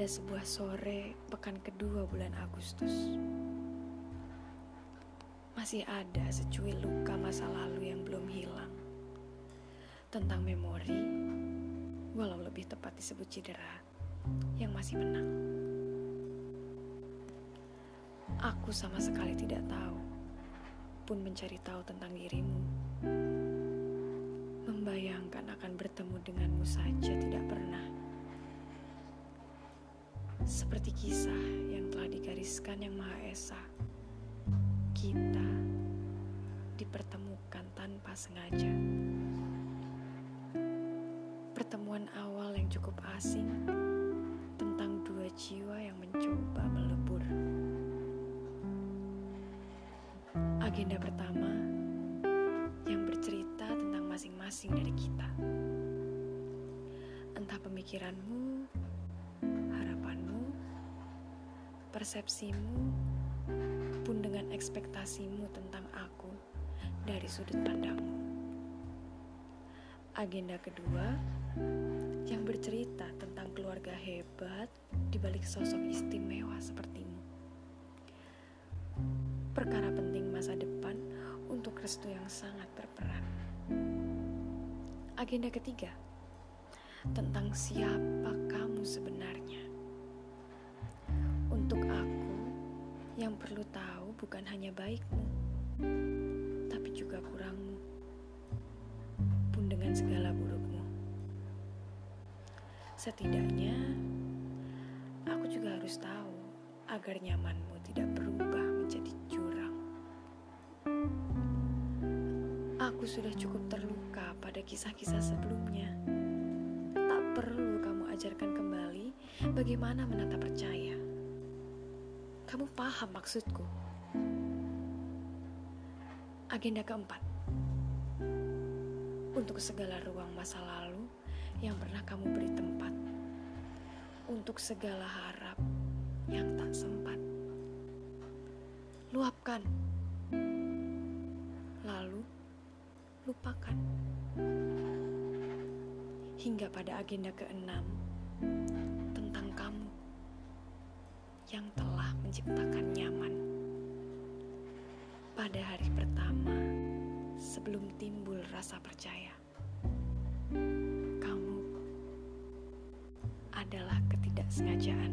Pada sebuah sore pekan kedua bulan Agustus, masih ada secuil luka masa lalu yang belum hilang. Tentang memori, walau lebih tepat disebut cedera, yang masih menang. Aku sama sekali tidak tahu, pun mencari tahu tentang dirimu. Membayangkan akan bertemu denganmu saja tidak pernah. Seperti kisah yang telah digariskan Yang Maha Esa, kita dipertemukan tanpa sengaja. Pertemuan awal yang cukup asing tentang dua jiwa yang mencoba melebur. Agenda pertama yang bercerita tentang masing-masing dari kita. Entah pemikiranmu, harapanmu, persepsimu, pun dengan ekspektasimu tentang aku dari sudut pandangmu. Agenda kedua yang bercerita tentang keluarga hebat di balik sosok istimewa sepertimu. Perkara penting masa depan untuk restu yang sangat berperan. Agenda ketiga tentang siapa kamu sebenarnya. Untuk aku, yang perlu tahu bukan hanya baikmu, tapi juga kurangmu, pun dengan segala burukmu. Setidaknya, aku juga harus tahu agar nyamanmu tidak berubah menjadi jurang. Aku sudah cukup terluka pada kisah-kisah sebelumnya. Tak perlu kamu ajarkan kembali bagaimana menata percaya. Kamu paham maksudku. Agenda keempat. Untuk segala ruang masa lalu yang pernah kamu beri tempat. Untuk segala harap yang tak sempat. Luapkan. Lalu lupakan. Hingga pada agenda keenam tentang kamu yang telah menciptakan nyaman pada hari pertama sebelum timbul rasa percaya. Kamu adalah ketidaksengajaan.